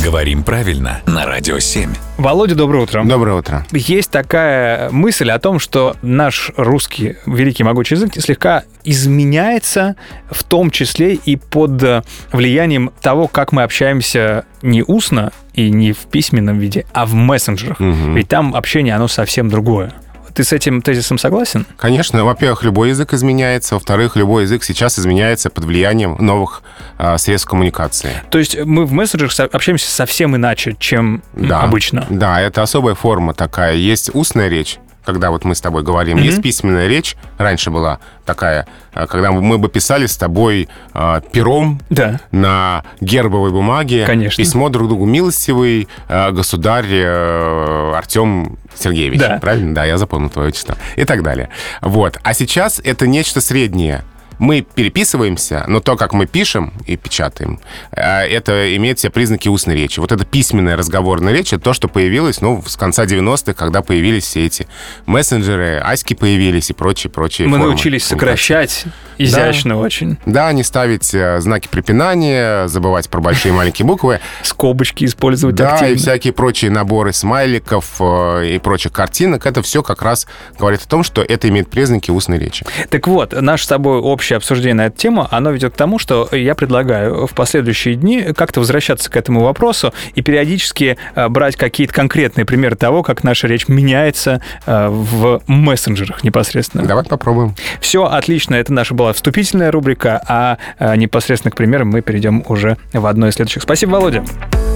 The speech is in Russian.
Говорим правильно на Радио 7. Володя, доброе утро. Доброе утро. Есть такая мысль о том, что наш русский великий могучий язык слегка изменяется, в том числе и под влиянием того, как мы общаемся не устно и не в письменном виде, а в мессенджерах. Ведь там общение, оно совсем другое. Ты с этим тезисом согласен? Конечно. Во-первых, любой язык изменяется. Во-вторых, любой язык сейчас изменяется под влиянием новых средств коммуникации. То есть мы в мессенджерах общаемся совсем иначе, чем обычно? Да, это особая форма такая. Есть устная речь, когда вот мы с тобой говорим. Есть письменная речь. Раньше была такая, когда мы бы писали с тобой пером на гербовой бумаге. Конечно. Письмо друг другу. Милостивый государь Артем Сергеевич. Да. Правильно? Да, я запомнил твое отчество. И так далее. Вот. А сейчас это нечто среднее. Мы переписываемся, но то, как мы пишем и печатаем, это имеет все признаки устной речи. Вот эта письменная разговорная речь — это то, что появилось с конца 90-х, когда появились все эти мессенджеры, аськи появились и прочие Мы научились сокращать изящно очень. Да, не ставить знаки препинания, забывать про большие и маленькие буквы. Скобочки использовать активно. Да, и всякие прочие наборы смайликов и прочих картинок. Это все как раз говорит о том, что это имеет признаки устной речи. Так вот, наш с тобой общее обсуждение на эту тему, оно ведет к тому, что я предлагаю в последующие дни как-то возвращаться к этому вопросу и периодически брать какие-то конкретные примеры того, как наша речь меняется в мессенджерах непосредственно. Давай попробуем. Все, отлично. Это наша была вступительная рубрика, а непосредственно к примерам мы перейдем уже в одной из следующих. Спасибо, Володя.